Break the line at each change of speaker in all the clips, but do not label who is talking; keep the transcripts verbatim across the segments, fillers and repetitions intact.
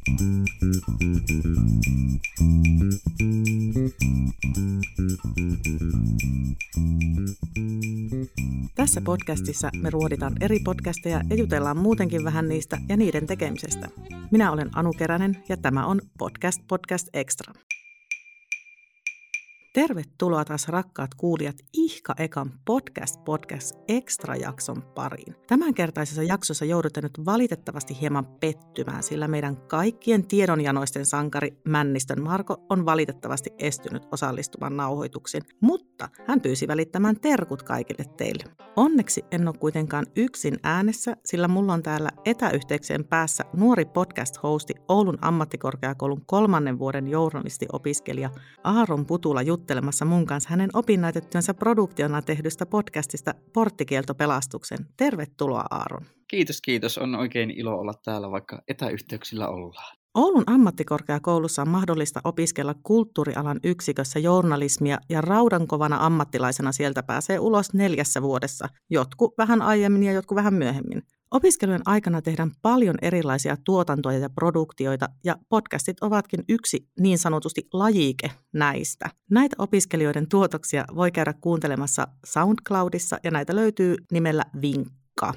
Tässä podcastissa me ruoditaan eri podcasteja ja jutellaan muutenkin vähän niistä ja niiden tekemisestä. Minä olen Anu Keränen ja tämä on Podcast Podcast Extra. Tervetuloa taas rakkaat kuulijat ihka ekan Podcast Podcast Extra-jakson pariin. Tämänkertaisessa jaksossa joudutte nyt valitettavasti hieman pettymään, sillä meidän kaikkien tiedonjanoisten sankari Männistön Marko on valitettavasti estynyt osallistumaan nauhoituksiin, mutta hän pyysi välittämään terkut kaikille teille. Onneksi en ole kuitenkaan yksin äänessä, sillä mulla on täällä etäyhteyksien päässä nuori podcast-hosti Oulun ammattikorkeakoulun kolmannen vuoden journalistiopiskelija Aaron Putula juttelemassa mun kanssa hänen opinnäytetyönsä produktiona tehdystä podcastista Porttikielto pelastuksen. Tervetuloa, Aaron.
Kiitos, kiitos. On oikein ilo olla täällä, vaikka etäyhteyksillä ollaan.
Oulun ammattikorkeakoulussa on mahdollista opiskella kulttuurialan yksikössä journalismia ja raudankovana ammattilaisena sieltä pääsee ulos neljässä vuodessa, jotkut vähän aiemmin ja jotkut vähän myöhemmin. Opiskelujen aikana tehdään paljon erilaisia tuotantoja ja produktioita, ja podcastit ovatkin yksi niin sanotusti lajike näistä. Näitä opiskelijoiden tuotoksia voi käydä kuuntelemassa SoundCloudissa, ja näitä löytyy nimellä Vinkka.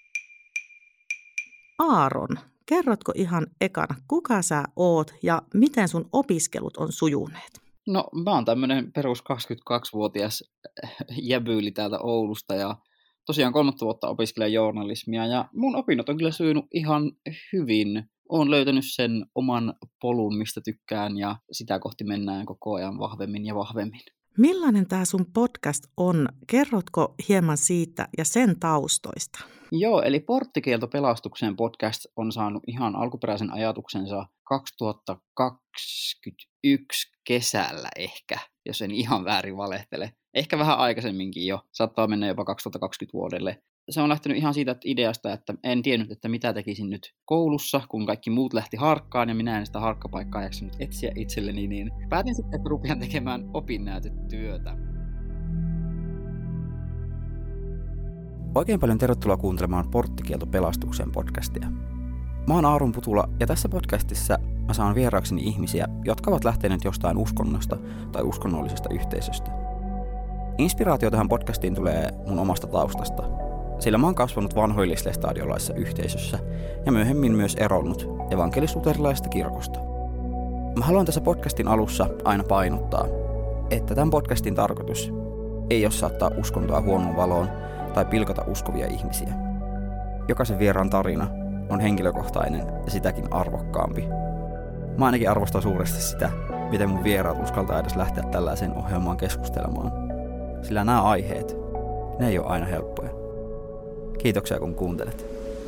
Aaron, kerrotko ihan ekana, kuka sä oot ja miten sun opiskelut on sujuneet?
No, mä oon tämmönen perus kaksikymmentäkaksivuotias jäbyyli täältä Oulusta, ja tosiaan kolmatta vuotta opiskelen journalismia, ja mun opinnot on kyllä sujunut ihan hyvin. Oon löytänyt sen oman polun, mistä tykkään, ja sitä kohti mennään koko ajan vahvemmin ja vahvemmin.
Millainen tämä sun podcast on? Kerrotko hieman siitä ja sen taustoista?
Joo, eli Porttikielto pelastukseen podcast on saanut ihan alkuperäisen ajatuksensa kaksituhattakaksikymmentäyksi kesällä ehkä, jos en ihan väärin valehtele. Ehkä vähän aikaisemminkin jo, saattaa mennä jopa kaksituhattakaksikymmentä vuodelle. Se on lähtenyt ihan siitä ideasta, että en tiennyt, että mitä tekisin nyt koulussa, kun kaikki muut lähti harkkaan ja minä en sitä harkkapaikkaa jaksanut etsiä itselleni, niin päätin sitten, että rupean tekemään opinnäytetyötä.
Oikein paljon tervetuloa kuuntelemaan Porttikielto pelastuksen podcastia. Mä oon Aaron Putula ja tässä podcastissa mä saan vieraakseni ihmisiä, jotka ovat lähteneet jostain uskonnosta tai uskonnollisesta yhteisöstä. Inspiraatio tähän podcastiin tulee mun omasta taustasta, sillä mä oon kasvanut vanhoillislestadiolaisessa yhteisössä ja myöhemmin myös eronnut evankelis-luterilaisesta kirkosta. Mä haluan tässä podcastin alussa aina painottaa, että tämän podcastin tarkoitus ei ole saattaa uskontoa huonoon valoon tai pilkata uskovia ihmisiä. Jokaisen vieraan tarina on henkilökohtainen ja sitäkin arvokkaampi. Mä ainakin arvostan suuresti sitä, miten mun vieraat uskaltaa edes lähteä tällaiseen ohjelmaan keskustelemaan. Sillä nämä aiheet, ne ei ole aina helppoja. Kiitoksia kun kuuntelet.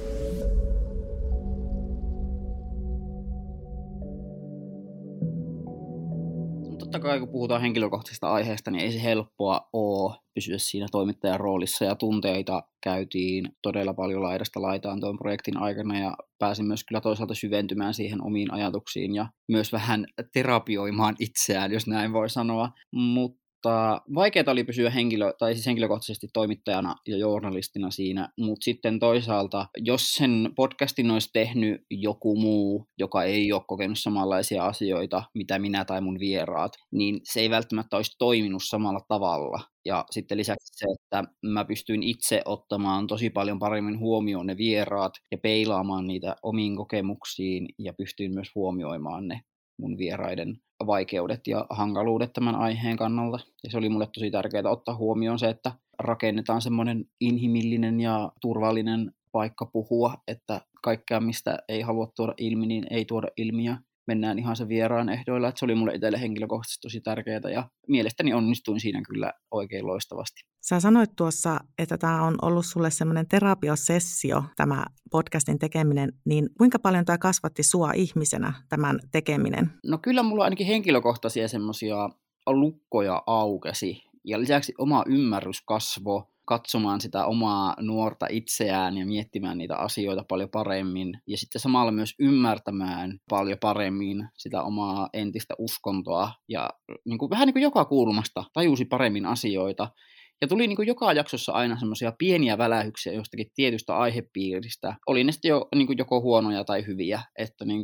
Totta kai kun puhutaan henkilökohtaisista aiheista, niin ei se helppoa ole pysyä siinä toimittajan roolissa, ja tunteita käytiin todella paljon laidasta laitaan tuon projektin aikana, ja pääsin myös kyllä toisaalta syventymään siihen omiin ajatuksiin ja myös vähän terapioimaan itseään, jos näin voi sanoa, mutta vaikeaa oli pysyä henkilö, tai siis henkilökohtaisesti toimittajana ja journalistina siinä, mutta sitten toisaalta, jos sen podcastin olisi tehnyt joku muu, joka ei ole kokenut samanlaisia asioita, mitä minä tai mun vieraat, niin se ei välttämättä olisi toiminut samalla tavalla. Ja sitten lisäksi se, että mä pystyin itse ottamaan tosi paljon paremmin huomioon ne vieraat ja peilaamaan niitä omiin kokemuksiin, ja pystyin myös huomioimaan ne mun vieraiden vaikeudet ja hankaluudet tämän aiheen kannalta. Ja se oli mulle tosi tärkeää ottaa huomioon se, että rakennetaan semmoinen inhimillinen ja turvallinen paikka puhua, että kaikkea, mistä ei halua tuoda ilmi, niin ei tuoda ilmi, ja mennään ihan se vieraan ehdoilla. Että se oli mulle itselle henkilökohtaisesti tosi tärkeää, ja mielestäni onnistuin siinä kyllä oikein loistavasti.
Sä sanoit tuossa, että tämä on ollut sulle semmoinen terapiosessio, tämä podcastin tekeminen, niin kuinka paljon tämä kasvatti sua ihmisenä, tämän tekeminen?
No kyllä mulla ainakin henkilökohtaisia semmoisia lukkoja aukesi, ja lisäksi oma ymmärrys kasvoi katsomaan sitä omaa nuorta itseään ja miettimään niitä asioita paljon paremmin, ja sitten samalla myös ymmärtämään paljon paremmin sitä omaa entistä uskontoa, ja niin kuin, vähän niin kuin joka kulmasta tajusi paremmin asioita. Ja tuli niin kuin joka jaksossa aina semmoisia pieniä välähyksiä jostakin tietystä aihepiiristä. Oli ne sitten jo, niin kuin joko huonoja tai hyviä. Että niin kuin,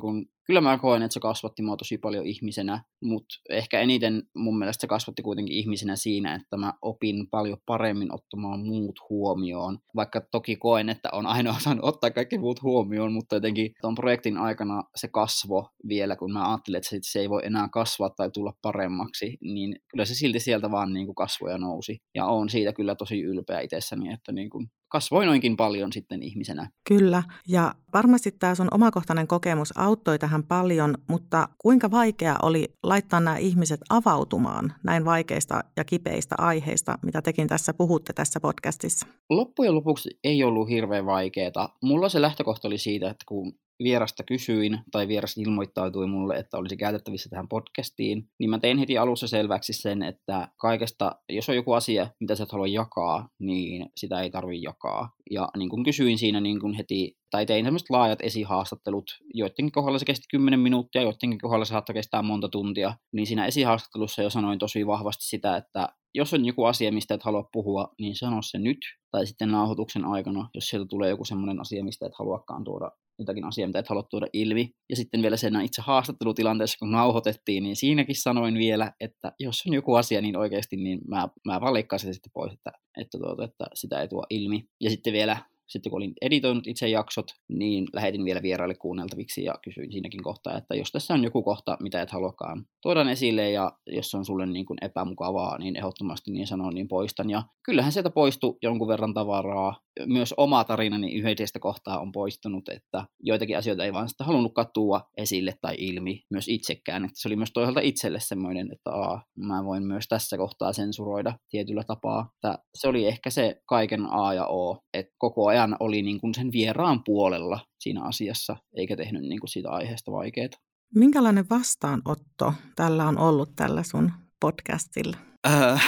kyllä mä koen, että se kasvatti mua tosi paljon ihmisenä, mutta ehkä eniten mun mielestä se kasvatti kuitenkin ihmisenä siinä, että mä opin paljon paremmin ottamaan muut huomioon, vaikka toki koen, että on aina osannut ottaa kaikki muut huomioon, mutta jotenkin tuon projektin aikana se kasvo vielä, kun mä ajattelin, että se ei voi enää kasvaa tai tulla paremmaksi, niin kyllä se silti sieltä vaan niin kuin kasvoi ja nousi. Ja oon siitä kyllä tosi ylpeä itsessäni, että niin kuin kasvoi noinkin paljon sitten ihmisenä.
Kyllä, ja varmasti tämä sun omakohtainen kokemus auttoi tähän paljon, mutta kuinka vaikea oli laittaa nämä ihmiset avautumaan näin vaikeista ja kipeistä aiheista, mitä tekin tässä puhutte tässä podcastissa?
Loppujen lopuksi ei ollut hirveän vaikeaa. Mulla se lähtökohta oli siitä, että kun vierasta kysyin tai vieras ilmoittautui mulle, että olisi käytettävissä tähän podcastiin, niin mä tein heti alussa selväksi sen, että kaikesta, jos on joku asia, mitä sä et halua jakaa, niin sitä ei tarvitse jakaa. Ja niin kuin kysyin siinä niin kuin heti, tai tein sellaiset laajat esihaastattelut, joidenkin kohdalla se kesti kymmenen minuuttia, joidenkin kohdalla se saattoi kestää monta tuntia, niin siinä esihaastattelussa jo sanoin tosi vahvasti sitä, että jos on joku asia, mistä et halua puhua, niin sano se nyt, tai sitten nauhoituksen aikana, jos sieltä tulee joku semmoinen asia, mistä et haluakaan tuoda jotakin asiaa, mitä et halua tuoda ilmi. Ja sitten vielä sen itse haastattelutilanteessa, kun nauhoitettiin, niin siinäkin sanoin vielä, että jos on joku asia, niin oikeasti niin mä, mä valikkaan sitä sitten pois, että, että, tuota, että sitä ei tuo ilmi. Ja sitten vielä, sitten kun olin editoinut itse jaksot, niin lähetin vielä vieraille kuunneltaviksi ja kysyin siinäkin kohtaa, että jos tässä on joku kohta, mitä et haluakaan tuoda esille ja jos on sulle niin kuin epämukavaa, niin ehdottomasti niin sanon, niin poistan. Ja kyllähän sieltä poistui jonkun verran tavaraa. Myös oma tarinani yhdestä kohtaa on poistunut, että joitakin asioita ei vaan sitä halunnutkaan tuua esille tai ilmi myös itsekään. Että se oli myös toisaalta itselle semmoinen, että aa, mä voin myös tässä kohtaa sensuroida tietyllä tapaa. Että se oli ehkä se kaiken A ja O, että koko ajan oli niin kuin sen vieraan puolella siinä asiassa, eikä tehnyt niin kuin siitä aiheesta vaikeaa.
Minkälainen vastaanotto tällä on ollut tällä sun podcastilla?
Äh.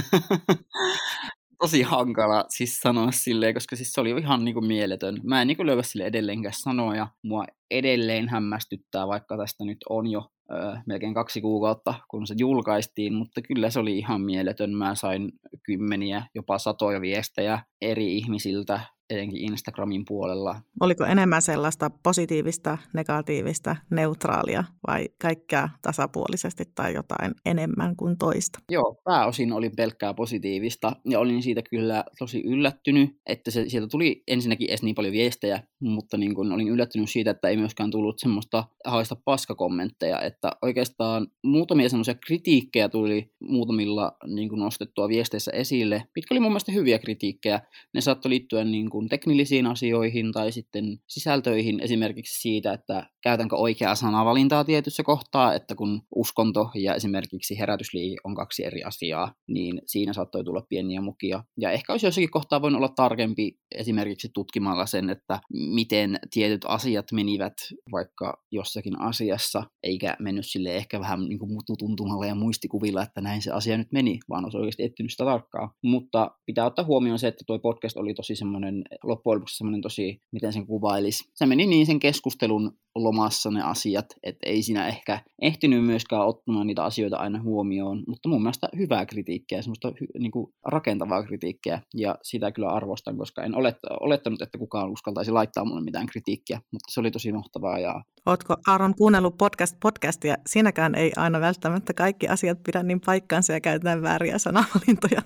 Tosi hankala siis sanoa silleen, koska siis se oli ihan niinku mieletön. Mä en niinku löyä sille edelleenkään sanoa ja mua edelleen hämmästyttää, vaikka tästä nyt on jo ö, melkein kaksi kuukautta, kun se julkaistiin, mutta kyllä se oli ihan mieletön. Mä sain kymmeniä, jopa satoja viestejä eri ihmisiltä, etenkin Instagramin puolella.
Oliko enemmän sellaista positiivista, negatiivista, neutraalia vai kaikkea tasapuolisesti tai jotain enemmän kuin toista?
Joo, pääosin oli pelkkää positiivista ja olin siitä kyllä tosi yllättynyt, että se, sieltä tuli ensinnäkin edes niin paljon viestejä, mutta niin kun olin yllättynyt siitä, että ei myöskään tullut semmoista haista paskakommentteja, että oikeastaan muutamia semmoisia kritiikkejä tuli muutamilla niin kun nostettua viesteissä esille, mitkä oli mun mielestä hyviä kritiikkejä. Ne saattoi liittyä niin kun teknillisiin asioihin tai sitten sisältöihin, esimerkiksi siitä, että käytänkö oikeaa sanavalintaa tietyssä kohtaa, että kun uskonto ja esimerkiksi herätysliike on kaksi eri asiaa, niin siinä saattoi tulla pieniä mukia. Ja ehkä olisi jossakin kohtaa voinut olla tarkempi esimerkiksi tutkimalla sen, että miten tietyt asiat menivät vaikka jossakin asiassa, eikä mennyt sille ehkä vähän niin kuin mututuntumalla ja muistikuvilla, että näin se asia nyt meni, vaan olisi oikeasti etsinyt sitä tarkkaa. Mutta pitää ottaa huomioon se, että tuo podcast oli tosi semmoinen, loppujen lopuksi semmoinen tosi, miten sen kuvailisi. Se meni niin sen keskustelun lomassa ne asiat, että ei siinä ehkä ehtinyt myöskään ottamaan niitä asioita aina huomioon, mutta mun mielestä hyvää kritiikkiä, semmoista hy, niin kuin rakentavaa kritiikkiä, ja sitä kyllä arvostan, koska en olet, olettanut, että kukaan uskaltaisi laittaa mulle mitään kritiikkiä, mutta se oli tosi mahtavaa. Ja...
Ootko, Aaron, kuunnellut podcast-podcastia? Siinäkään ei aina välttämättä kaikki asiat pidä niin paikkansa ja käytetään vääriä sanavalintoja.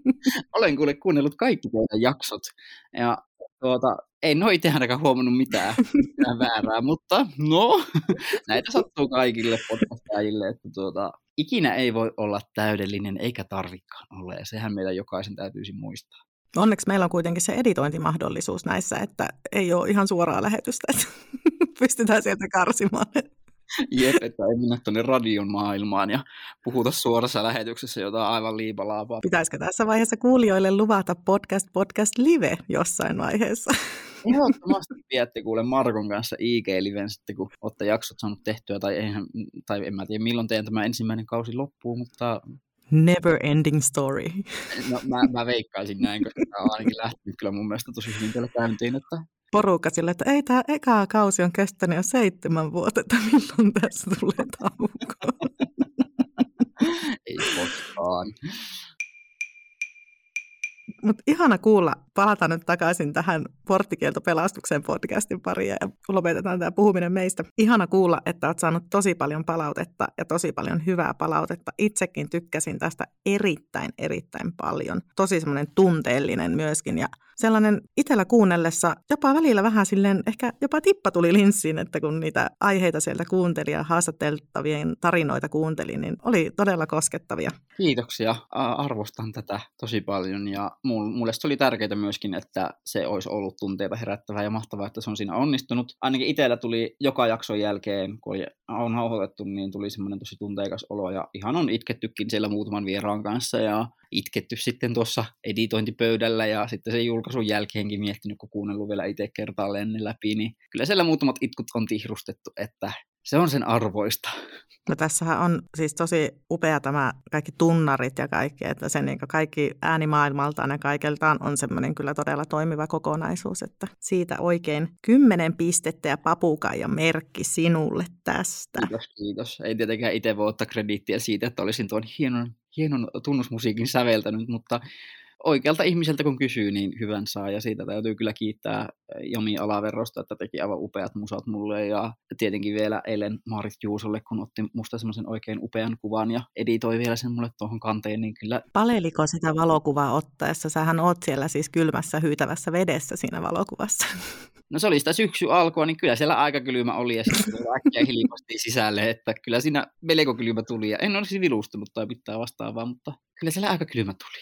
Olen kuule kuunnellut kaikki teidän jaksot, ja tuota, ei no itse ainakaan huomannut mitään, mitään väärää, mutta no, näitä sattuu kaikille podcastajille, että tuota, ikinä ei voi olla täydellinen eikä tarvikaan olla, ja sehän meidän jokaisen täytyisi muistaa.
Onneksi meillä on kuitenkin se editointimahdollisuus näissä, että ei ole ihan suoraa lähetystä, että pystytään sieltä karsimaan.
Jep, että ei mennä tuonne radion maailmaan ja puhuta suorassa lähetyksessä jotain aivan liipalaapaa.
Pitäisikö tässä vaiheessa kuulijoille luvata podcast podcast live jossain vaiheessa?
Ehdottomasti viette kuule Markon kanssa I G-liven sitten, kun olette jaksot saanut tehtyä, tai, eihän, tai en mä tiedä milloin teidän tämä ensimmäinen kausi loppuu, mutta...
Never ending story.
No mä, mä veikkaisin näin, koska tämä on ainakin lähtenyt kyllä mun mielestä tosi hyvin teillä käyntiin, että...
Porukka sille, että ei tämä eka kausi on kestänyt jo seitsemän vuotta, että milloin tässä tulee tauko.
Ei koskaan.
Mutta ihana kuulla, palataan nyt takaisin tähän Porttikieltopelastuksen podcastin pariin ja lopetetaan tämä puhuminen meistä. Ihana kuulla, että olet saanut tosi paljon palautetta ja tosi paljon hyvää palautetta. Itsekin tykkäsin tästä erittäin, erittäin paljon. Tosi semmoinen tunteellinen myöskin ja sellainen itsellä kuunnellessa jopa välillä vähän silleen, ehkä jopa tippa tuli linssiin, että kun niitä aiheita sieltä kuunteli ja haastateltavien tarinoita kuunteli, niin oli todella koskettavia.
Kiitoksia. Arvostan tätä tosi paljon ja mulle se oli tärkeää myöskin, että se olisi ollut tunteita herättävää ja mahtavaa, että se on siinä onnistunut. Ainakin itsellä tuli joka jakson jälkeen, kun on nauhoitettu, niin tuli semmoinen tosi tunteikas olo ja ihan on itkettykin siellä muutaman vieraan kanssa ja itketty sitten tuossa editointipöydällä ja sitten sen julkaisun jälkeenkin miettinyt, kun kuunnellut vielä itse kertaalleen ne läpi, niin kyllä siellä muutamat itkut on tihrustettu, että se on sen arvoista.
No tässähän on siis tosi upea tämä kaikki tunnarit ja kaikki, että se niin kaikki äänimaailmaltaan ja kaikeltaan on semmoinen kyllä todella toimiva kokonaisuus, että siitä oikein kymmenen pistettä ja papukaijan merkki sinulle tästä.
Kiitos, kiitos. Ei tietenkään itse voi ottaa krediittiä siitä, että olisin tuon hienon, hienon tunnusmusiikin säveltänyt, mutta oikealta ihmiseltä kun kysyy, niin hyvän saa ja siitä täytyy kyllä kiittää Jami Alaverrosta, että teki aivan upeat musat mulle ja tietenkin vielä eilen Maarit Juusolle, kun otti musta semmoisen oikein upean kuvan ja editoi vielä sen mulle tuohon kanteen, niin kyllä.
Paleliko sitä valokuvaa ottaessa? Sähän oot siellä siis kylmässä hyytävässä vedessä siinä valokuvassa.
No se oli sitä syksy alkua, niin kyllä siellä aika kylmä oli ja sitten äkkiä hilipastiin sisälle, että kyllä siinä melko kylmä tuli ja en olisi vilustunut tai pitää vastaavaa, mutta kyllä siellä aika kylmä tuli.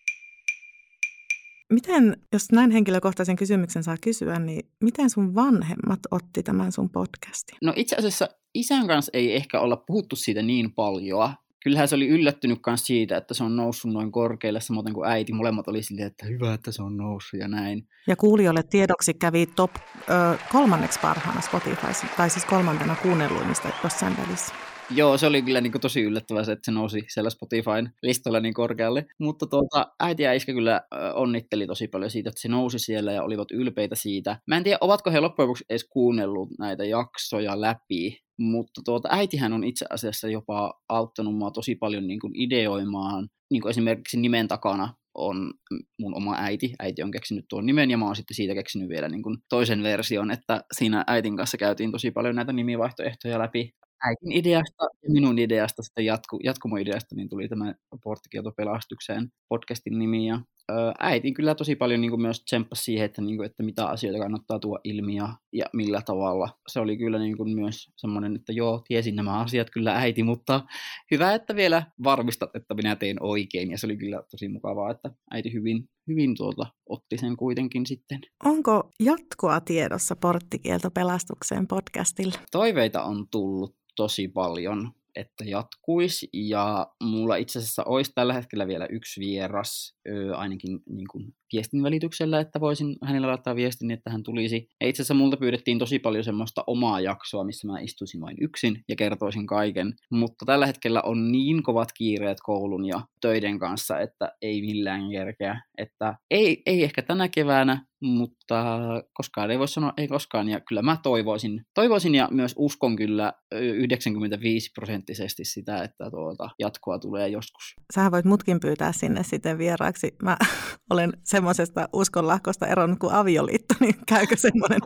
Miten, jos näin henkilökohtaisen kysymyksen saa kysyä, niin miten sun vanhemmat otti tämän sun podcastin?
No itse asiassa isän kanssa ei ehkä olla puhuttu siitä niin paljon. Kyllähän se oli yllättynyt myös siitä, että se on noussut noin korkealle, samoin kuin äiti. Molemmat oli silleen, että hyvä, että se on noussut ja näin.
Ja kuulijoille tiedoksi kävi top ö, kolmanneksi parhaana Spotifyssa, tai siis kolmantena kuunnelluimmista jossain välissä.
Joo, se oli kyllä niin kuin tosi yllättävää se, että se nousi siellä Spotifyn listalla niin korkealle. Mutta tuota, äiti ja iskä kyllä onnitteli tosi paljon siitä, että se nousi siellä ja olivat ylpeitä siitä. Mä en tiedä, ovatko he loppujen lopuksi edes kuunnellut näitä jaksoja läpi. Mutta tuota, äitihän on itse asiassa jopa auttanut mua tosi paljon niin kuin ideoimaan. Niin kuin esimerkiksi nimen takana on mun oma äiti. Äiti on keksinyt tuon nimen ja mä oon sitten siitä keksinyt vielä niin kuin toisen version. Että siinä äitin kanssa käytiin tosi paljon näitä nimivaihtoehtoja läpi. Äitin ideasta ja minun ideasta, sitten jatku, jatkumo-ideasta, niin tuli tämä Porttikieltopelastukseen podcastin nimi. Ja, ö, äitin kyllä tosi paljon niin kuin myös tsemppasi siihen, että, niin kuin, että mitä asioita kannattaa tuoda ilmi ja, ja millä tavalla. Se oli kyllä niin kuin myös semmoinen, että joo, tiesin nämä asiat kyllä äiti, mutta hyvä, että vielä varmistat, että minä tein oikein. Ja se oli kyllä tosi mukavaa, että äiti hyvin, hyvin tuota, otti sen kuitenkin sitten.
Onko jatkoa tiedossa Porttikieltopelastukseen podcastille?
Toiveita on tullut tosi paljon, että jatkuisi, ja mulla itse asiassa olisi tällä hetkellä vielä yksi vieras, öö, ainakin niin kuin viestin välityksellä, että voisin hänellä laittaa viestin, että hän tulisi. Ja itse asiassa multa pyydettiin tosi paljon semmoista omaa jaksoa, missä mä istuisin vain yksin ja kertoisin kaiken, mutta tällä hetkellä on niin kovat kiireet koulun ja töiden kanssa, että ei millään järkeä, että ei, ei ehkä tänä keväänä, mutta koskaan ei voi sanoa ei koskaan, ja kyllä mä toivoisin, toivoisin ja myös uskon kyllä yhdeksänkymmentäviisi prosenttisesti sitä, että tuota jatkoa tulee joskus.
Sähän voit mutkin pyytää sinne sitten vieraaksi. Mä olen semmoisesta uskonlahkosta eronnut kuin avioliitto, niin käykö semmoinen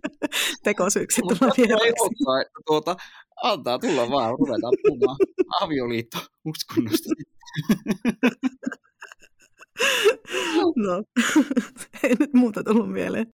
tekosyyksi tulla vieraaksi?
Että tuota, antaa tulla vaan, ruvetaan puhumaan avioliitto uskonnosta.
No, ei nyt muuta tullut mieleen.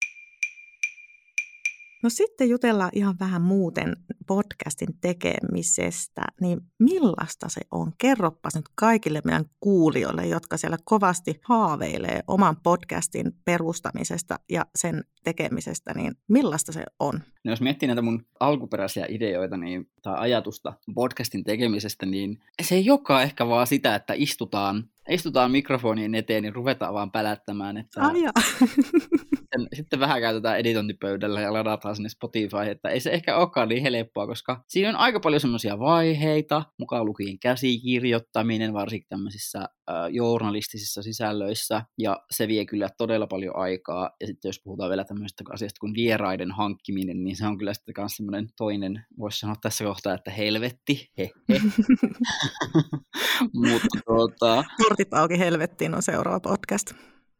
No sitten jutellaan ihan vähän muuten podcastin tekemisestä, niin millaista se on? Kerroppas nyt kaikille meidän kuulijoille, jotka siellä kovasti haaveilee oman podcastin perustamisesta ja sen tekemisestä, niin millaista se on?
No jos miettii näitä mun alkuperäisiä ideoita niin, tai ajatusta podcastin tekemisestä, niin se ei olekaan ehkä vaan sitä, että istutaan, istutaan mikrofonien eteen ja ruvetaan vaan pälättämään. Että
ah,
sitten, sitten vähän käytetään editointipöydällä ja ladataan sinne Spotify, että ei se ehkä olekaan niin helppoa, koska siinä on aika paljon semmoisia vaiheita, mukaan lukien käsikirjoittaminen, varsinkin tämmöisissä äh, journalistisissa sisällöissä, ja se vie kyllä todella paljon aikaa, ja sitten jos puhutaan vielä tämmöisestä asiasta kuin vieraiden hankkiminen, niin se on kyllä sitten myös semmoinen toinen, voisi sanoa tässä kohtaa, että helvetti, he he. Mutta tuota...
Portit auki helvettiin on seuraava podcast.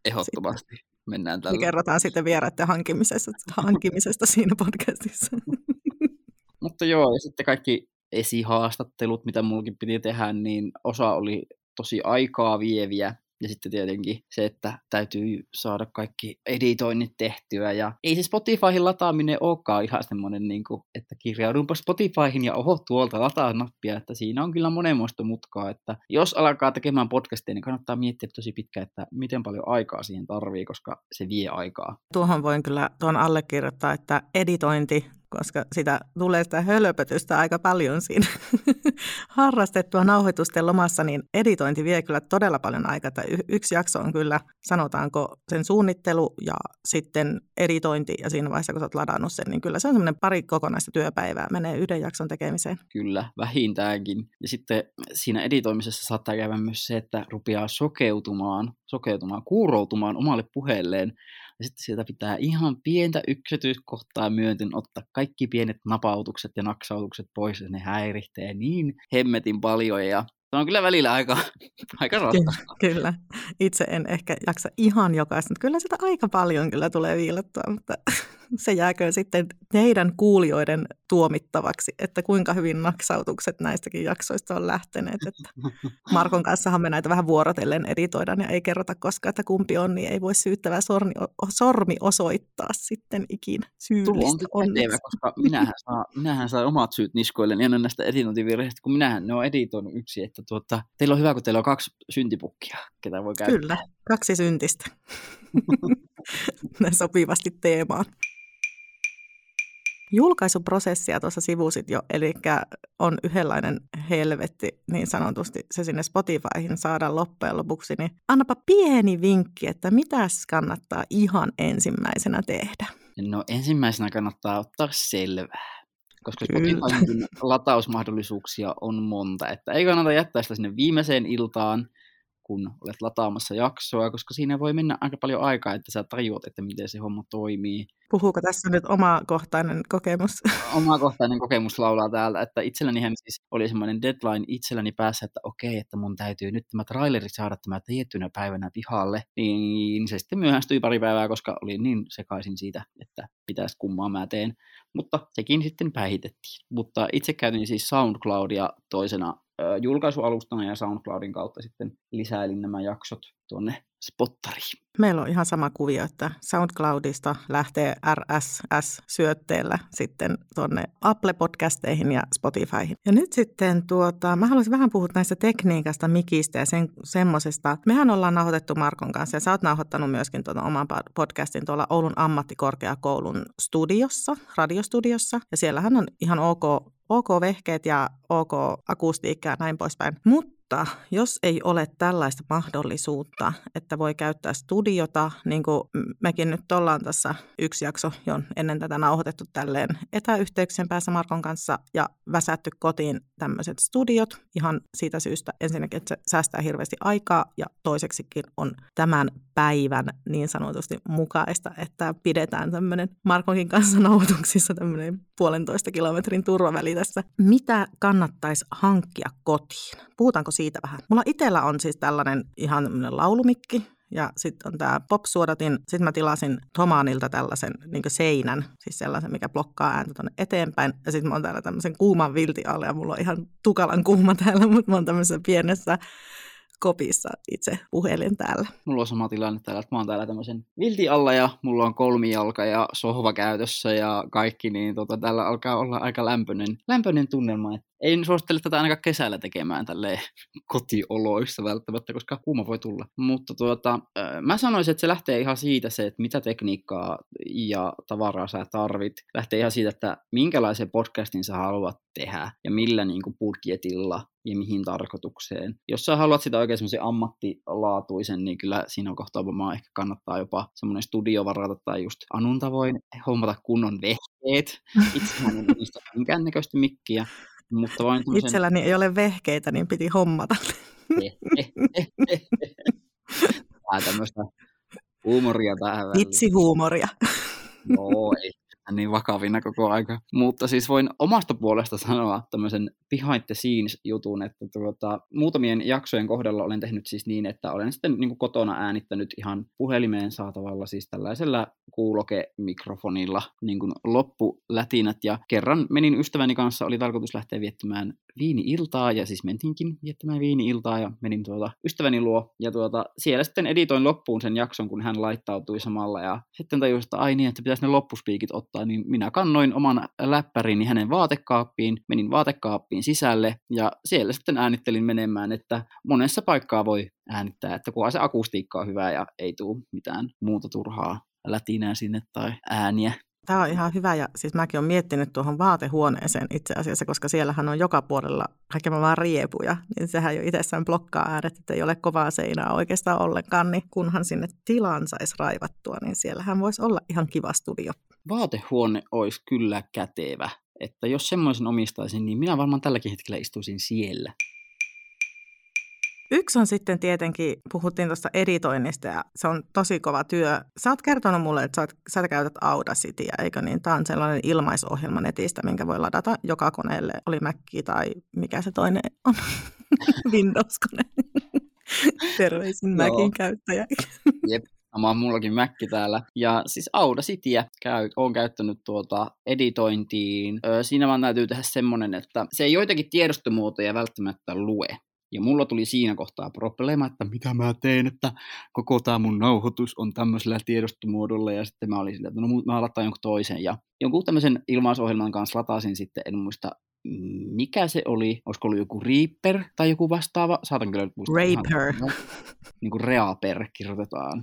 Ehdottomasti mennään tällä.
Me kerrotaan sitten vieraiden hankkimisesta, hankkimisesta siinä podcastissa.
Mutta joo, ja sitten kaikki esihaastattelut, mitä mullakin piti tehdä, niin osa oli tosi aikaa vieviä. Ja sitten tietenkin se, että täytyy saada kaikki editoinnit tehtyä. Ja ei se Spotifyhin lataaminen olekaan ihan semmoinen, niin kuin, että kirjaudunpa Spotifyhin ja oho, tuolta lataa nappia. Että siinä on kyllä monenmoista mutkaa. Että jos alkaa tekemään podcastia, niin kannattaa miettiä tosi pitkään, että miten paljon aikaa siihen tarvii, koska se vie aikaa.
Tuohon voin kyllä tuon allekirjoittaa, että editointi, koska sitä tulee sitä hölöpötystä aika paljon siinä harrastettua nauhoitusten lomassa, niin editointi vie kyllä todella paljon aikaa. Y- yksi jakso on kyllä, sanotaanko, sen suunnittelu ja sitten editointi, ja siinä vaiheessa, kun olet ladannut sen, niin kyllä se on semmoinen pari kokonaista työpäivää menee yhden jakson tekemiseen.
Kyllä, vähintäänkin. Ja sitten siinä editoimisessa saattaa käydä myös se, että rupeaa sokeutumaan, sokeutumaan, kuuroutumaan omalle puheelleen. Ja sitten sieltä pitää ihan pientä yksityiskohtaa myöten ottaa kaikki pienet napautukset ja naksautukset pois, ja ne häiritsee niin hemmetin paljon. Ja se on kyllä välillä aika, aika raskasta.
Kyllä. Itse en ehkä jaksa ihan jokaista, mutta kyllä sitä aika paljon kyllä tulee viilattua, mutta se jääkö sitten teidän kuulijoiden tuomittavaksi, että kuinka hyvin naksautukset näistäkin jaksoista on lähteneet. Että Markon kanssahan me näitä vähän vuorotellen editoidaan ja ei kerrota koskaan, että kumpi on, niin ei voi syyttävää sormi, sormi osoittaa sitten ikinä syyllistä onneksi.
Koska minähän saan, minähän saan omat syyt niskoilleni ennen näistä editointivirheistä, kun minähän ne on editoinut yksi, että tuota, teillä on hyvä, kun teillä on kaksi syntipukkia, ketä voi käyttää.
Kyllä, kaksi syntistä. Ne sopivasti teemaan. Julkaisuprosessia tuossa sivusit jo, eli on yhdenlainen helvetti niin sanotusti se sinne Spotifyhin saada loppujen lopuksi, niin annapa pieni vinkki, että mitäs kannattaa ihan ensimmäisenä tehdä.
No ensimmäisenä kannattaa ottaa selvää, koska Spotifyn latausmahdollisuuksia on monta, että ei kannata jättää sitä sinne viimeiseen iltaan, kun olet lataamassa jaksoa, koska siinä voi mennä aika paljon aikaa, että sä tajuat, että miten se homma toimii.
Puhuuko tässä nyt omakohtainen kokemus?
Omakohtainen kokemus laulaa täällä, että itsellänihän siis oli semmoinen deadline itselläni päässä, että okei, että mun täytyy nyt tämä traileri saada tämä tiettynä päivänä pihalle, niin se sitten myöhästyi pari päivää, koska olin niin sekaisin siitä, että pitäisi kummaa mä teen, mutta sekin sitten päihitettiin. Mutta itse käytin siis SoundCloudia toisena julkaisualustana ja SoundCloudin kautta sitten lisäilin nämä jaksot tuonne Spottariin.
Meillä on ihan sama kuvio, että SoundCloudista lähtee R S S-syötteellä sitten tuonne Apple-podcasteihin ja Spotifyhin. Ja nyt sitten tuota, mä haluaisin vähän puhua näistä tekniikasta, mikistä ja sen, semmosesta. Mehän ollaan nauhoitettu Markon kanssa ja sä oot nauhoittanut myöskin tuon oman podcastin tuolla Oulun ammattikorkeakoulun studiossa, radiostudiossa. Ja siellähän on ihan ok OK-vehkeet ja OK-akustiikka ja näin poispäin. Mutta jos ei ole tällaista mahdollisuutta, että voi käyttää studiota, niin kuin mekin nyt ollaan tässä yksi jakso jo ennen tätä nauhoitettu tälleen etäyhteyksien päässä Markon kanssa ja väsätty kotiin tämmöiset studiot ihan siitä syystä ensinnäkin, että se säästää hirveästi aikaa ja toiseksikin on tämän päivän niin sanotusti mukaista, että pidetään tämmöinen Markonkin kanssa nauhoituksissa tämmöinen puolentoista kilometrin turvaväli tässä. Mitä kannattaisi hankkia kotiin? Puhutaanko siitä vähän? Mulla itsellä on siis tällainen ihan tämmöinen laulumikki ja sitten on tämä pop-suodatin. Sitten mä tilasin Thomanilta tällaisen niin kuin seinän, siis sellaisen, mikä blokkaa ääntä tuonne eteenpäin. Ja sitten mä oon täällä tämmöisen kuuman vilti alle ja mulla on ihan tukalan kuuma täällä, mutta mä oon tämmöisessä pienessä kopissa itse puhelin täällä.
Mulla on sama tilanne täällä, että mä oon täällä tämmöisen vilti alla ja mulla on kolmijalka ja sohva käytössä ja kaikki, niin tota, täällä alkaa olla aika lämpöinen, lämpöinen tunnelma. Et ei suosittele tätä ainakaan kesällä tekemään tälleen kotioloissa välttämättä, koska kuuma voi tulla. Mutta tuota, mä sanoisin, että se lähtee ihan siitä se, että mitä tekniikkaa ja tavaraa sä tarvit. Lähtee ihan siitä, että minkälaisen podcastin sä haluat tehdä ja millä niin kuin budjetilla ja mihin tarkoitukseen. Jos sä haluat sitä oikein semmoisen ammattilaatuisen, niin kyllä siinä on kohtaa varmaan ehkä kannattaa jopa semmoinen studio varata tai just Anun tavoin hommata kunnon vehkeet. Itsehän en niistä minkään näköistä mikkiä. Mutta vain tämmöisen...
Itselläni ei ole vehkeitä, niin piti hommata.
Vähän tämmöistä huumoria tähän väliin.
Vitsihuumoria.
Joo, ei niin vakavina koko aika. Mutta siis voin omasta puolesta sanoa tämmöisen behind the scenes jutun, että tuota, muutamien jaksojen kohdalla olen tehnyt siis niin, että olen sitten niin kuin kotona äänittänyt ihan puhelimeen saatavalla siis tällaisella kuulokemikrofonilla niin kuin loppulätinät. Ja kerran menin ystäväni kanssa, oli tarkoitus lähteä viettämään viini-iltaa, ja siis mentiinkin viettämään viini-iltaa, ja menin tuota ystäväni luo, ja tuota, siellä sitten editoin loppuun sen jakson, kun hän laittautui samalla, ja sitten tajusin, että ai niin, että pitäisi ne loppuspiikit ottaa, niin minä kannoin oman läppärini hänen vaatekaappiin, menin vaatekaappiin sisälle, ja siellä sitten äänittelin menemään, että monessa paikkaa voi äänittää, että kunhan se akustiikka on hyvä, ja ei tule mitään muuta turhaa lätinää sinne tai ääniä.
Tämä on ihan hyvä, ja siis mäkin olen miettinyt tuohon vaatehuoneeseen itse asiassa, koska siellähän on joka puolella kaikkea vaan riepuja, niin sehän jo itsessään blokkaa äänet, että ei ole kovaa seinää oikeastaan ollenkaan, niin kunhan sinne tilaan saisi raivattua, niin siellähän voisi olla ihan kiva studio.
Vaatehuone olisi kyllä kätevä, että jos semmoisen omistaisin, niin minä varmaan tälläkin hetkellä istuisin siellä.
Yksi on sitten tietenkin, puhuttiin tuosta editoinnista ja se on tosi kova työ. Sä oot kertonut mulle, että sä, oot, sä käytät Audacityä, eikö niin? Tämä on sellainen ilmaisohjelma netistä, minkä voi ladata joka koneelle, oli Mac tai mikä se toinen on, Windows-kone. Terveisin Macin käyttäjä.
Jep. Sama on mullakin Mac täällä. Ja siis Audacityä käy, olen käyttänyt tuota editointiin. Öö, siinä vaan täytyy tehdä semmoinen, että se ei joitakin tiedostomuotoja välttämättä lue. Ja mulla tuli siinä kohtaa probleema, että mitä mä teen, että koko tämä mun nauhoitus on tämmöisellä tiedostomuodolla. Ja sitten mä olin sillä, että no mä lataan jonkun toisen. Ja jonkun tämmöisen ilmaisohjelman kanssa latasin sitten, en muista mikä se oli. Olisiko ollut joku Reaper tai joku vastaava? Saatan kyllä muistaa.
Reaper.
Ihan, niin kuin Reaper kirjoitetaan.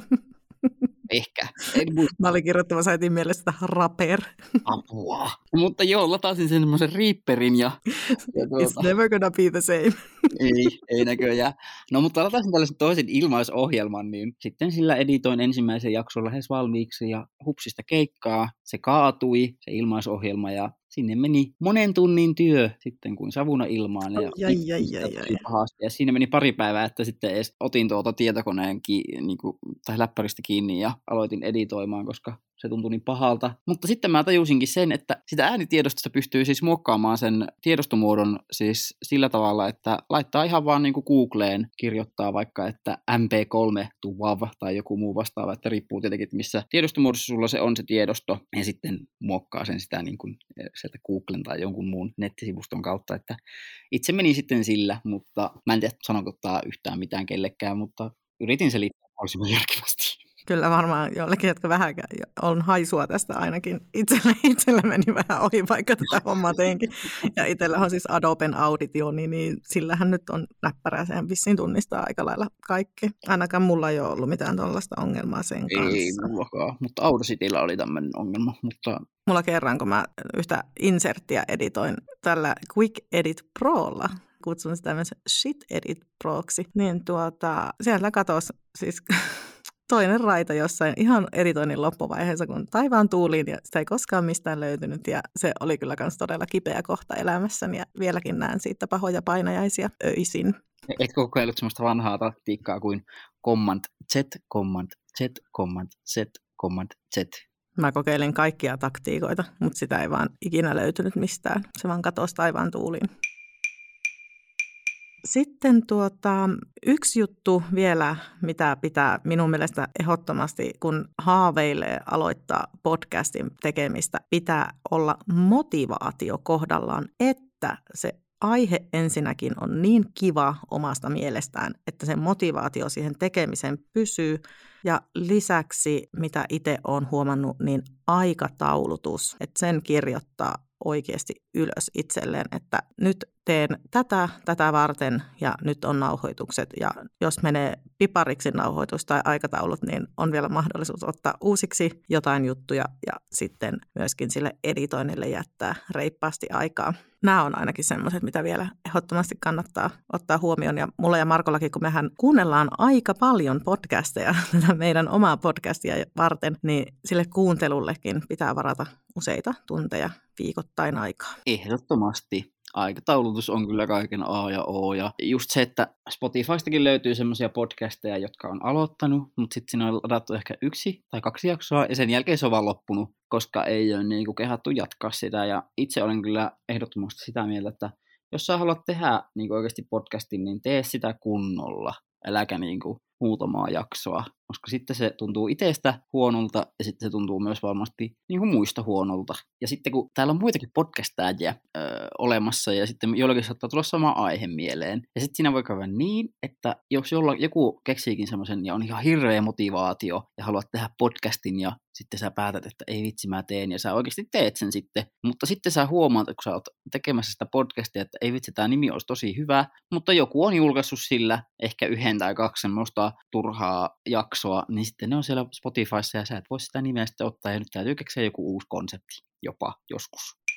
Ehkä. En muista.
Mä olin kirjoittamassa heti mielestä Rapper.
Apua. Mutta joo, latasin sen semmoisen Reaperin ja... ja tuota,
It's never gonna be the same.
ei, ei näköjään. No mutta latasin tällaisen toisen ilmaisohjelman, niin sitten sillä editoin ensimmäisen jakson lähes valmiiksi ja hupsista keikkaa. Se kaatui, se ilmaisohjelma, ja sinne meni monen tunnin työ sitten kuin savuna ilmaan. Ja,
ai, ai, ai, ai, ai.
ja siinä meni pari päivää, että sitten edes otin tuota tietokoneen ki, niin kuin, tai läppäristä kiinni ja aloitin editoimaan, koska se tuntui niin pahalta. Mutta sitten mä tajusinkin sen, että sitä äänitiedostosta pystyy siis muokkaamaan sen tiedostomuodon siis sillä tavalla, että laittaa ihan vaan niin kuin Googleen, kirjoittaa vaikka, että M P kolme to W A V tai joku muu vastaava, että riippuu tietenkin, että missä tiedostomuodossa sulla se on se tiedosto, ja sitten muokkaa sen sitä niin kuin sieltä Googlen tai jonkun muun nettisivuston kautta, että itse meni sitten sillä, mutta mä en tiedä sanonko tämä yhtään mitään kellekään, mutta yritin selittää mahdollisimman järkevästi.
Kyllä varmaan jollekin, jotka vähän on haisua tästä ainakin. Itsellä, itsellä meni vähän ohi, vaikka tätä hommaa teinkin. Ja itsellä on siis Adoben Audition, niin, niin sillähän nyt on näppärää. Sehän vissiin tunnistaa aika lailla kaikki. Ainakaan mulla ei ole ollut mitään tuollaista ongelmaa sen kanssa.
Ei mullakaan, mutta Audacityllä oli tämmöinen ongelma. Mutta...
Mulla kerran, kun mä yhtä inserttiä editoin tällä Quick Edit Prolla, kutsun sitä myös Shit Edit Proksi, niin tuota, siellä katosi siis... toinen raita jossain ihan editoinnin loppuvaiheessa, kun taivaan tuuliin, ja sitä ei koskaan mistään löytynyt, ja se oli kyllä myös todella kipeä kohta elämässäni, ja vieläkin näen siitä pahoja painajaisia öisin.
Etkö kokeillut sellaista vanhaa taktiikkaa kuin Command Z, Command Z, Command Z, Command Z?
Mä kokeilin kaikkia taktiikoita, mutta sitä ei vaan ikinä löytynyt mistään. Se vaan katosi taivaan tuuliin. Sitten tuota, yksi juttu vielä, mitä pitää minun mielestä ehdottomasti, kun haaveilee aloittaa podcastin tekemistä, pitää olla motivaatio kohdallaan, että se aihe ensinnäkin on niin kiva omasta mielestään, että se motivaatio siihen tekemiseen pysyy. Ja lisäksi, mitä itse olen huomannut, niin aikataulutus, että sen kirjoittaa oikeasti ylös itselleen, että nyt teen tätä, tätä varten ja nyt on nauhoitukset. Ja jos menee pipariksi nauhoitus tai aikataulut, niin on vielä mahdollisuus ottaa uusiksi jotain juttuja ja sitten myöskin sille editoinnille jättää reippaasti aikaa. Nämä on ainakin sellaiset, mitä vielä ehdottomasti kannattaa ottaa huomioon. Ja mulla ja Markollakin, kun mehän kuunnellaan aika paljon podcasteja, tätä meidän omaa podcastia varten, niin sille kuuntelullekin pitää varata useita tunteja viikoittain aikaa.
Ehdottomasti. aikataulutus on kyllä kaiken A ja O. Ja just se, että Spotifystakin löytyy semmoisia podcasteja, jotka on aloittanut, mutta sitten siinä on ladattu ehkä yksi tai kaksi jaksoa, ja sen jälkeen se on vaan loppunut, koska ei ole niin kuin kehattu jatkaa sitä. Ja itse olen kyllä ehdottomasti sitä mieltä, että jos sä haluat tehdä niin kuin oikeasti podcastin, niin tee sitä kunnolla, äläkä niin kuin muutamaa jaksoa, koska sitten se tuntuu itsestä huonolta ja sitten se tuntuu myös varmasti niin kuin muista huonolta. Ja sitten kun täällä on muitakin podcastajia öö, olemassa ja sitten jollakin saattaa tulla sama aihe mieleen. Ja sitten siinä voi käydä niin, että jos jolla, joku keksiikin semmoisen ja on ihan hirveä motivaatio ja haluat tehdä podcastin ja sitten sä päätät, että ei vitsi mä teen ja sä oikeasti teet sen sitten. Mutta sitten sä huomaat, kun sä oot tekemässä sitä podcastia, että ei vitsi, tää nimi olisi tosi hyvä, mutta joku on julkaissut sillä ehkä yhden tai kaksi semmoista turhaa jaksoa, niin sitten ne on siellä Spotifyssa ja sä et voi sitä nimeä sitten ottaa ja nyt täytyy keksiä joku uusi konsepti jopa joskus.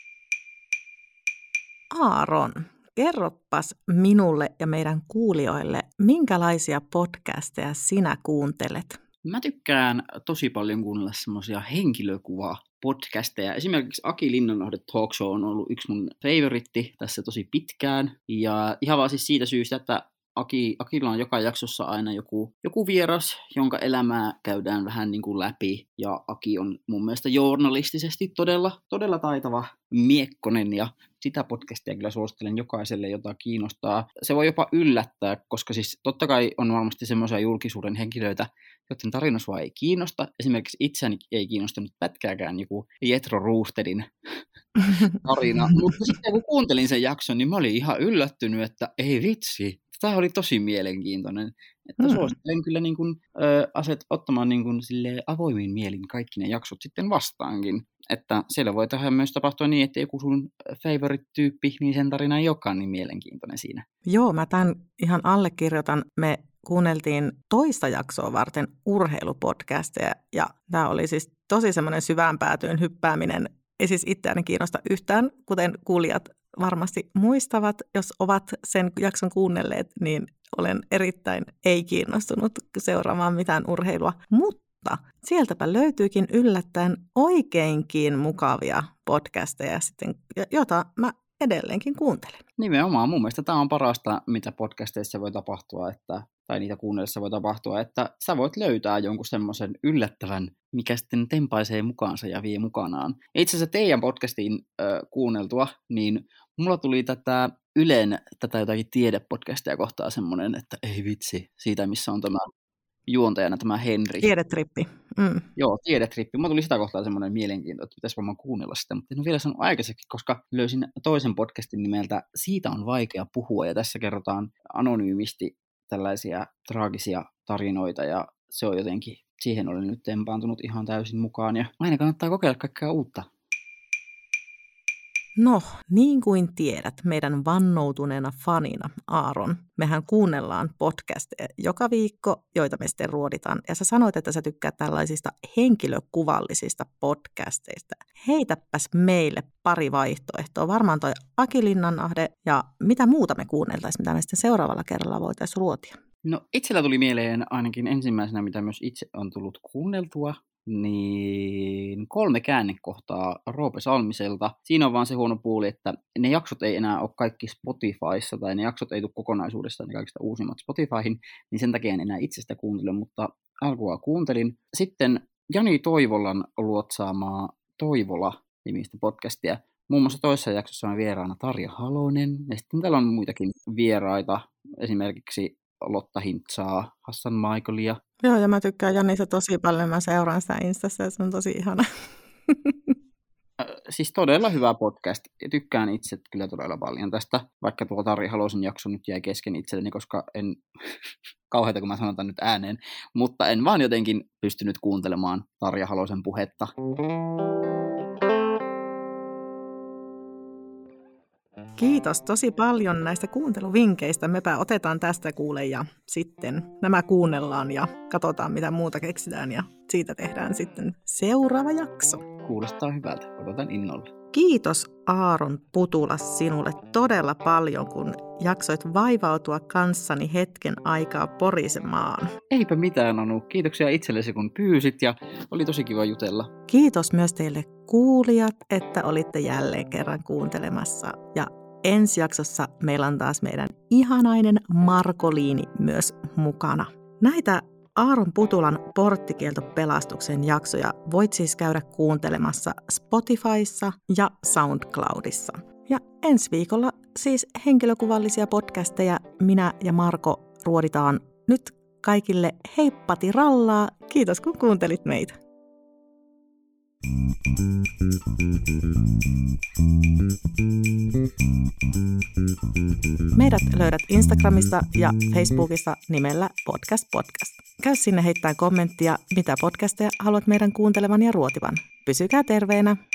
Aaron, kerropas minulle ja meidän kuulijoille, minkälaisia podcasteja sinä kuuntelet?
Mä tykkään tosi paljon kuunnella semmoisia henkilökuva-podcasteja. Esimerkiksi Aki Linnanahde Talk Show on ollut yksi mun favoritti tässä tosi pitkään. Ja ihan vaan siis siitä syystä, että Aki, Akilla on joka jaksossa aina joku, joku vieras, jonka elämää käydään vähän niin kuin läpi. Ja Aki on mun mielestä journalistisesti todella, todella taitava miekkonen ja sitä podcastia kyllä suosittelen jokaiselle, jota kiinnostaa. Se voi jopa yllättää, koska siis totta kai on varmasti semmoisia julkisuuden henkilöitä, joiden tarina sua ei kiinnosta. Esimerkiksi itseäni ei kiinnostanut pätkääkään joku Jethro Roostedin tarina. Mutta sitten kun kuuntelin sen jakson, niin mä olin ihan yllättynyt, että ei vitsi. Tämä oli tosi mielenkiintoinen. Että mm. suosittelen kyllä niin kuin, ö, aset ottamaan niin kuin, silleen, avoimin mielin kaikki ne jaksot sitten vastaankin. Että siellä voi tähän myös tapahtua niin, että joku sun favorite-tyyppi, niin sen tarina ei olekaan niin mielenkiintoinen siinä.
Joo, mä tämän ihan allekirjoitan. Me kuunneltiin toista jaksoa varten urheilupodcasteja ja tämä oli siis tosi semmoinen syvään päätyyn hyppääminen. Ei siis itseäni kiinnosta yhtään, kuten kuulijat varmasti muistavat, jos ovat sen jakson kuunnelleet, niin olen erittäin ei-kiinnostunut seuraamaan mitään urheilua. Mutta sieltäpä löytyykin yllättäen oikeinkin mukavia podcasteja, sitten, jota mä edelleenkin kuuntelen.
Nimenomaan. Mun mielestä tämä on parasta, mitä podcasteissa voi tapahtua, että, tai niitä kuunnellessa voi tapahtua, että sä voit löytää jonkun semmoisen yllättävän, mikä sitten tempaisee mukaansa ja vie mukanaan. Itse asiassa teidän podcastiin äh, kuunneltua, niin mulla tuli tätä Ylen, tätä jotakin tiedepodcastia kohtaa semmoinen, että ei vitsi, siitä missä on tämä juontajana tämä Henri.
Tiedetrippi. Mm.
Joo, tiedetrippi. Mulla tuli sitä kohtaa semmoinen mielenkiinto, että pitäisi varmaan kuunnella sitä, mutta en ole vielä sanonut aikaiseksi, koska löysin toisen podcastin nimeltä Siitä on vaikea puhua, ja tässä kerrotaan anonyymisti tällaisia traagisia tarinoita, ja se on jotenkin, siihen olen nyt tempaantunut ihan täysin mukaan, ja aina kannattaa kokeilla kaikkea uutta.
No, niin kuin tiedät, meidän vannoutuneena fanina, Aaron, mehän kuunnellaan podcasteja joka viikko, joita me sitten ruoditaan. Ja sä sanoit, että sä tykkäät tällaisista henkilökuvallisista podcasteista. Heitäpäs meille pari vaihtoehtoa. Varmaan toi Aki Linnanahde ja mitä muuta me kuunneltaisiin, mitä me sitten seuraavalla kerralla voitaisiin ruotia.
No itsellä tuli mieleen ainakin ensimmäisenä, mitä myös itse on tullut kuunneltua, niin kolme käännekohtaa Roope Salmiselta. Siinä on vaan se huono puoli, että ne jaksot ei enää ole kaikki Spotifyssa, tai ne jaksot ei tule kokonaisuudessaan ne kaikista uusimmat Spotifyhin, niin sen takia en enää itsestä kuuntele, mutta alkua kuuntelin. Sitten Jani Toivolan luotsaamaa Toivola-nimistä podcastia. Muun muassa toisessa jaksossa on vieraana Tarja Halonen, ja sitten täällä on muitakin vieraita, esimerkiksi Lotta Hintsaa, Hassan Michaelia.
Joo, ja mä tykkään Janissa tosi paljon, mä seuraan sitä Instassa ja se on tosi ihana.
Siis todella hyvä podcast, ja tykkään itse kyllä todella paljon tästä, vaikka tuo Tarja Halosen jakso nyt jäi kesken itselleni, koska en, kauheita kun mä sanon tämän nyt ääneen, mutta en vaan jotenkin pystynyt kuuntelemaan Tarja Halosen puhetta.
Kiitos tosi paljon näistä kuunteluvinkkeistä. Mepä otetaan tästä kuule ja sitten nämä kuunnellaan ja katsotaan mitä muuta keksitään ja siitä tehdään sitten seuraava jakso.
Kuulostaa hyvältä. Odotan innolla.
Kiitos Aaron Putula sinulle todella paljon, kun jaksoit vaivautua kanssani hetken aikaa porisemaan.
Eipä mitään, Anu. Kiitoksia itsellesi kun pyysit ja oli tosi kiva jutella.
Kiitos myös teille kuulijat, että olitte jälleen kerran kuuntelemassa ja ensi jaksossa meillä on taas meidän ihanainen Markoliini myös mukana. Näitä Aaron Putulan porttikieltopelastuksen jaksoja voit siis käydä kuuntelemassa Spotifyssa ja SoundCloudissa. Ja ensi viikolla siis henkilökuvallisia podcasteja minä ja Marko ruoditaan nyt kaikille heippati rallaa. Kiitos kun kuuntelit meitä. Meidät löydät Instagramista ja Facebookista nimellä Podcast Podcast. Käy sinne heittämään kommenttia, mitä podcasteja haluat meidän kuuntelevan ja ruotivan. Pysykää terveenä!